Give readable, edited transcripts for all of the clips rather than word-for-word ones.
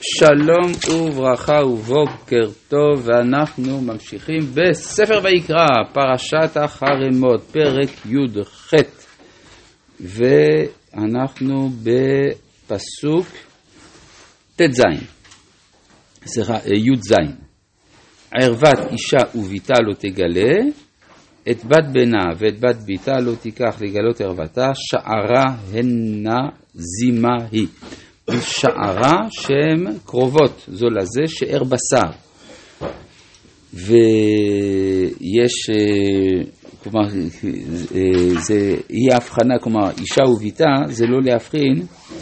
שלום וברכה ובוקר טוב, ואנחנו ממשיכים בספר ויקרא, פרשת החרמות, פרק י"ח, ואנחנו בפסוק י"ז. ערוות אישה וביתה לא תגלה, את בת בנה ואת בת ביתה לא תיקח לגלות ערוותה, שערה הנה זימה היא. שערה שהן קרובות זו לזה, שאר בשר. ויש, כלומר, היא ההבחנה, כלומר, אישה וביתה זה לא להבחין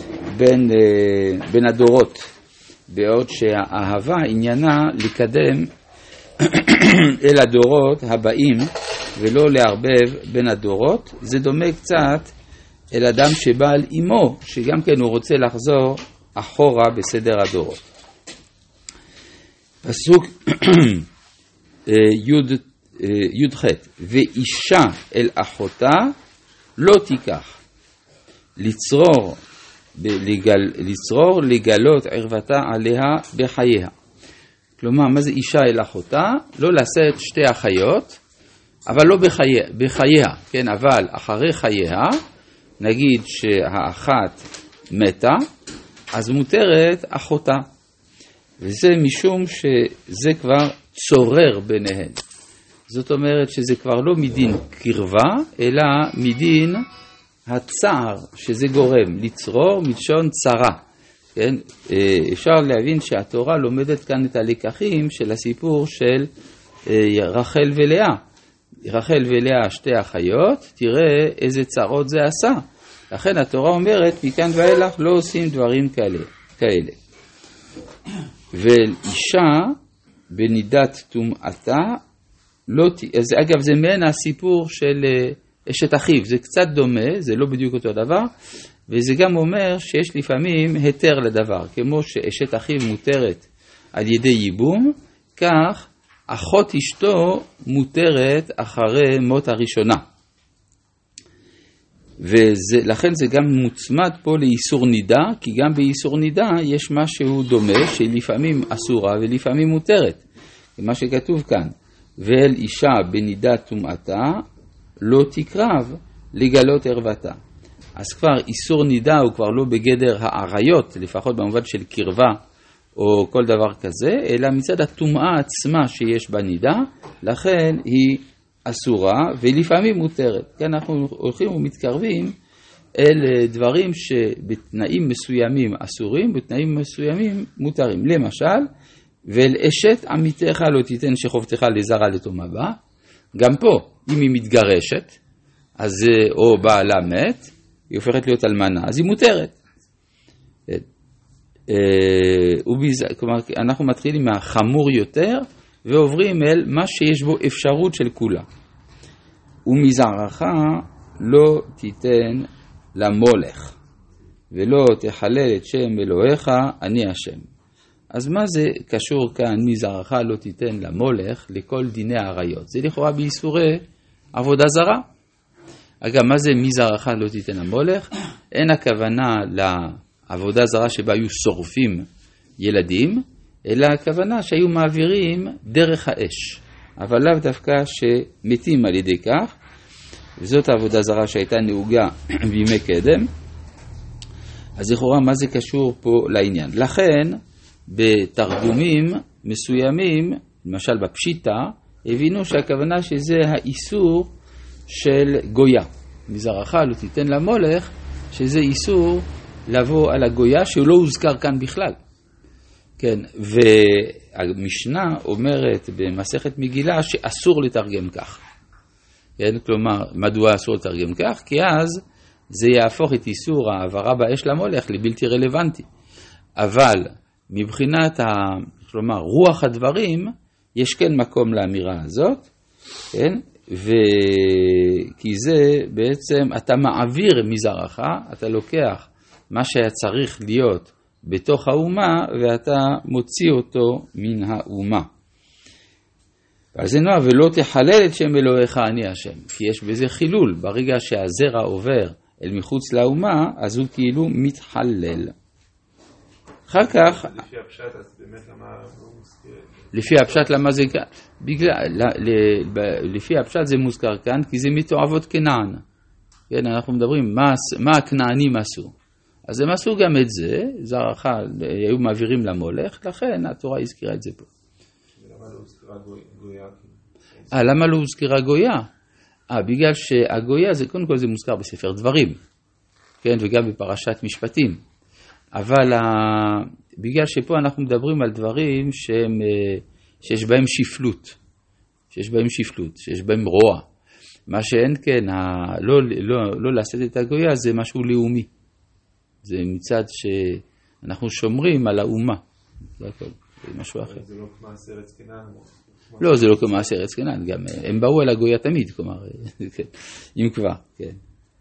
בין הדורות, בעוד שהאהבה עניינה לקדם אל הדורות הבאים ולא לערבב בין הדורות. זה דומה קצת אל אדם שבא על אמו, שגם כן הוא רוצה לחזור אחורה בסדר הדורות. פסוק י"ח, ואישה אל אחותה לא תיקח, לצרור לגלות ערוותה עליה בחייה. כלומר, מה זה אישה אל אחותה? לא לשאת שתי אחיות, אבל לא בחייה, כן? אבל אחרי חייה, נגיד שהאחת מתה, אז מותרת אחותה. וזה משום שזה כבר צורר ביניהן. זאת אומרת שזה כבר לא מדין קרבה, אלא מדין הצער שזה גורם. לצרור מלשון צרה. כן? אפשר להבין שהתורה לומדת כאן את הלקחים של הסיפור של רחל ולאה. רחל ולאה שתי אחיות, תראה איזה צרות זה עשה. לכן התורה אומרת, מכאן ואילך לא עושים דברים כאלה. ואישה בנידת טומאתה, אגב זה מעין הסיפור של אשת אחיו, זה קצת דומה, זה לא בדיוק אותו דבר, וזה גם אומר שיש לפעמים היתר לדבר, כמו שאשת אחיו מותרת על ידי ייבום, כך אחות אשתו מותרת אחרי מות הראשונה. ולכן זה גם מוצמד פה לאיסור נידה, כי גם באיסור נידה יש משהו דומה שלפעמים אסורה ולפעמים מותרת. מה שכתוב כאן, ואל אישה בנידת טומאתה לא תקרב לגלות ערוותה. אז כבר איסור נידה הוא כבר לא בגדר העריות, לפחות במובן של קרבה או כל דבר כזה, אלא מצד הטומאה עצמה שיש בנידה, לכן היא אסורה ולפעמים מותרת. כאן אנחנו הולכים ומתקרבים אל דברים שבתנאים מסוימים אסורים, בתנאים מסוימים מותרים. למשל, ואל אשת עמיתך לא תיתן שחובתך לזרע לתום הבא. גם פה, אם היא מתגרשת, אז, או בעלה מת, היא הופכת להיות אלמנה, אז היא מותרת. כלומר, אנחנו מתחילים מהחמור יותר ועוברים אל מה שיש בו אפשרות של כולה. ומזרעך לא תיתן למולך ולא תחלל את שם אלוהיך, אני השם. אז מה זה קשור כאן מזרעך לא תיתן למולך לכל דיני העריות? זה לכאורה באיסורי עבודה זרה. אגב, מה זה מזרעך לא תיתן למולך? אין הכוונה לעבודה זרה שבה היו שורפים ילדים, אלא הכוונה שהיו מעבירים דרך האש, אבל לאו דווקא שמתים על ידי כך, וזאת העבודה זרה שהייתה נהוגה בימי קדם. אז לכאורה מה זה קשור פה לעניין? לכן בתרגומים מסוימים, למשל בפשיטה, הבינו שהכוונה שזה האיסור של גויה. מזרעך לא תיתן למולך, שזה איסור לבוא על הגויה שהוא לא הוזכר כאן בכלל. כן, והמשנה אומרת במסכת מגילה שאסור לתרגם כך. כן, כלומר, מדוע אסור לתרגם כך? כי אז זה יהפוך את איסור העברה באש למולך לבלתי רלוונטי. אבל מבחינת, כלומר, רוח הדברים, יש כן מקום לאמירה הזאת, כן? כי זה בעצם, אתה מעביר מזרעך, אתה לוקח מה שהיה צריך להיות בתוך האומה, ואתה מוציא אותו מן האומה. אז זה נוער, ולא תחלל את שם אלוהיך, אני השם. כי יש בזה חילול. ברגע שהזרע עובר אל מחוץ לאומה, אז הוא כאילו מתחלל. אחר כך... לפי הפשט, אז באמת למה לא מוזכר? לפי הפשט למה זה כאן? לפי הפשט זה מוזכר כאן, כי זה מתועבות כנען. כן, אנחנו מדברים מה הכנענים עשו. אז הם עשו גם את זה, זרעך היו מעבירים למולך, לכן התורה הזכירה את זה פה. למה לא הוזכרה גויה? למה לא הוזכרה גויה? בגלל שהגויה זה קודם כל זה מוזכר בספר דברים, כן, וגם בפרשת משפטים. אבל בגלל שפה אנחנו מדברים על דברים שיש בהם שפלות, שיש בהם רוע. מה שאין כן, לא לעשות את הגויה זה משהו לאומי. זה מצד שאנחנו שומרים על האומה. זה הכל, זה משהו אחר. זה לא כמעשה ארץ כנען? לא, זה לא כמעשה ארץ כנען. גם הם באו אל הגויה תמיד, כלומר, אם כבר, כן.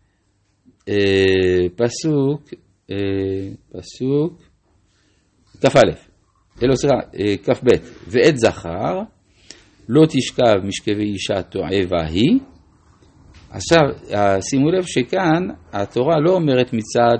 פסוק כ"א, כ"ב, ועת זכר לא תשכב משכבי אישה תועבה היא. עכשיו שימו לב שכאן התורה לא אומרת מצד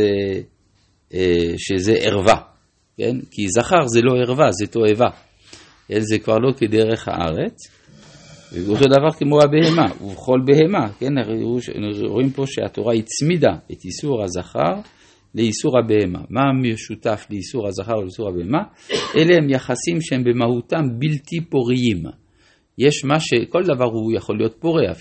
שזה ערווה, כן? כי זכר זה לא ערווה, זה תועבה, זה כבר לא כדרך הארץ. ואותו דבר כמו הבהמה, ובכל בהמה, כן? רואים פה שהתורה הצמידה את איסור הזכר לאיסור הבהמה. מה משותף לאיסור הזכר ולאיסור הבהמה? אלה הם יחסים שהם במהותם בלתי פוריים. יש מה שכל דבר הוא יכול להיות פורה,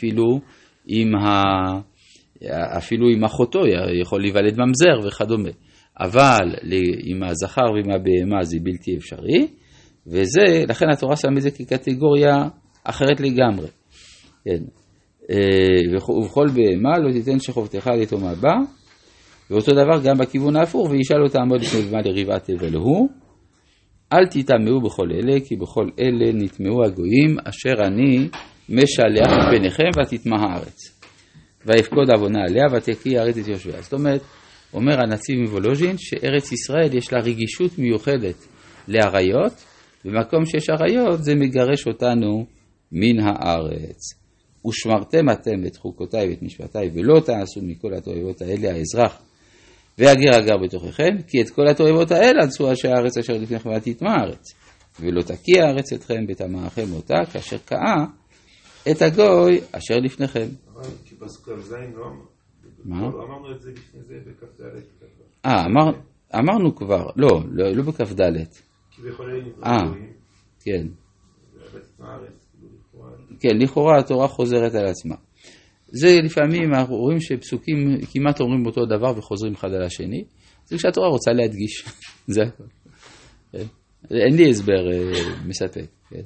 אפילו עם אחותו יכול להיוולד ממזר וכדומה. אבל עם הזכר ועם הבהמה זה בלתי אפשרי, וזה, לכן התורה שם את זה כקטגוריה אחרת לגמרי. כן. ובכל בהמה לא תיתן שחובתך לתומה בה, ואותו דבר גם בכיוון ההפוך, ואישה לא תעמוד לפני בהמה לריבת תבל הוא. אל תטמאו בכל אלה, כי בכל אלה נטמאו הגויים, אשר אני משלח מפניכם ותטמא הארץ. ויפקוד עוונה עליה ותקיא הארץ את יושביה. זאת אומרת, אומר הנציב מוולוז'ין, שארץ ישראל יש לה רגישות מיוחדת לעריות, במקום שיש עריות זה מגרש אותנו מן הארץ. ושמרתם אתם את חוקותיי ואת משפטיי, ולא תעשו מכל התועבות האלה האזרח והגר הגר בתוככם, כי את כל התועבות האלה עשו אשר הארץ אשר לפניכם ותטמא הארץ, ולא תקיא הארץ אתכם בתמאכם אותה, כאשר קאה את הגוי אשר לפניכם. אבל כי פסוק זין לא אמרנו את זה לפני זה בכ"ד. אמרנו כבר, לא בכ"ד. כי בכל אלה נברא גויים. כן. ותטמא הארץ. כן, לכאורה התורה חוזרת על עצמה. זה לפעמים אנחנו רואים שפסוקים כמעט אומרים אותו דבר וחוזרים אחד על השני. זה כשהתורה רוצה להדגיש. זה הכל. אין לי הסבר מספק.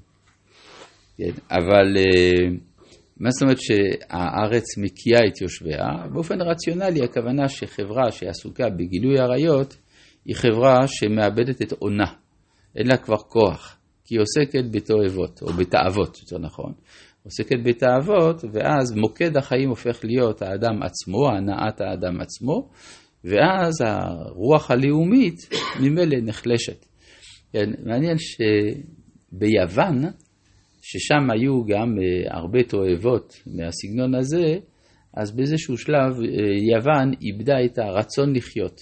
כן. אבל מה זאת אומרת שהארץ מקיאה את יושביה? באופן רציונלי הכוונה שחברה שעסוקה בגילוי עריות היא חברה שמאבדת את עונה. אין לה כבר כוח. כי היא עוסקת בתועבות, או בתאוות, יותר נכון. עוסקת בתאוות, ואז מוקד החיים הופך להיות האדם עצמו, הנעת האדם עצמו, ואז הרוח הלאומית ממילא נחלשת. מעניין שביוון, ששם היו גם הרבה תועבות מהסגנון הזה, אז באיזשהו שלב יוון איבדה את הרצון לחיות,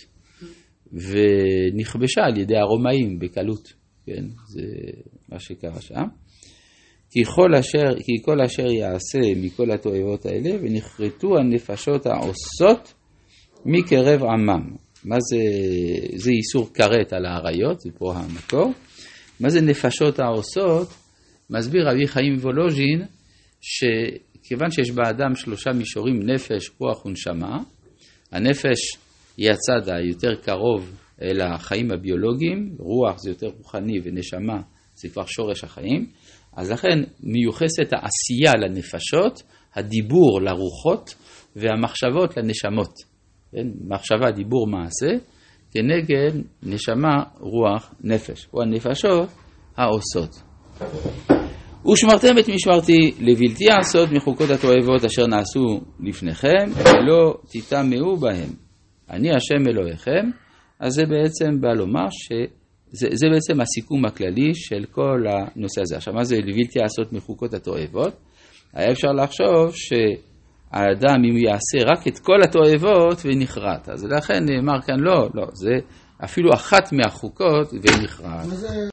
ונכבשה על ידי הרומאים בקלות. כן, זה מה שקרה שם. כי כל אשר יעשה מכל התועבות האלה, ונחרטו הנפשות העושות מקרב עמם. מה זה? זה איסור כרת על העריות, זה פה המקור. מה זה נפשות העושות? מסביר רבי חיים וולוז'ין, שכיוון שיש באדם 3 מישורים, נפש, רוח ונשמה, הנפש היא הצד היותר קרוב אל החיים הביולוגיים, רוח זה יותר רוחני ונשמה זה כבר שורש החיים, אז לכן מיוחסת העשייה לנפשות, הדיבור לרוחות והמחשבות לנשמות. כן? מחשבה, דיבור, מעשה, כנגד נשמה, רוח, נפש. או הנפשות העושות. ושמרתם את משמרתי לבלתי עשות מחוקות התועבות אשר נעשו לפניכם, ולא תטמאו בהם. אני השם אלוהיכם. אז זה בעצם בא לומר שזה בעצם הסיכום הכללי של כל הנושא הזה. עכשיו, מה זה לבלתי לעשות מחוקות התועבות? היה אפשר לחשוב שהאדם אם הוא יעשה רק את כל התועבות ונחרט. אז לכן נאמר כאן לא, זה אפילו אחת מהחוקות והיא נכרעת.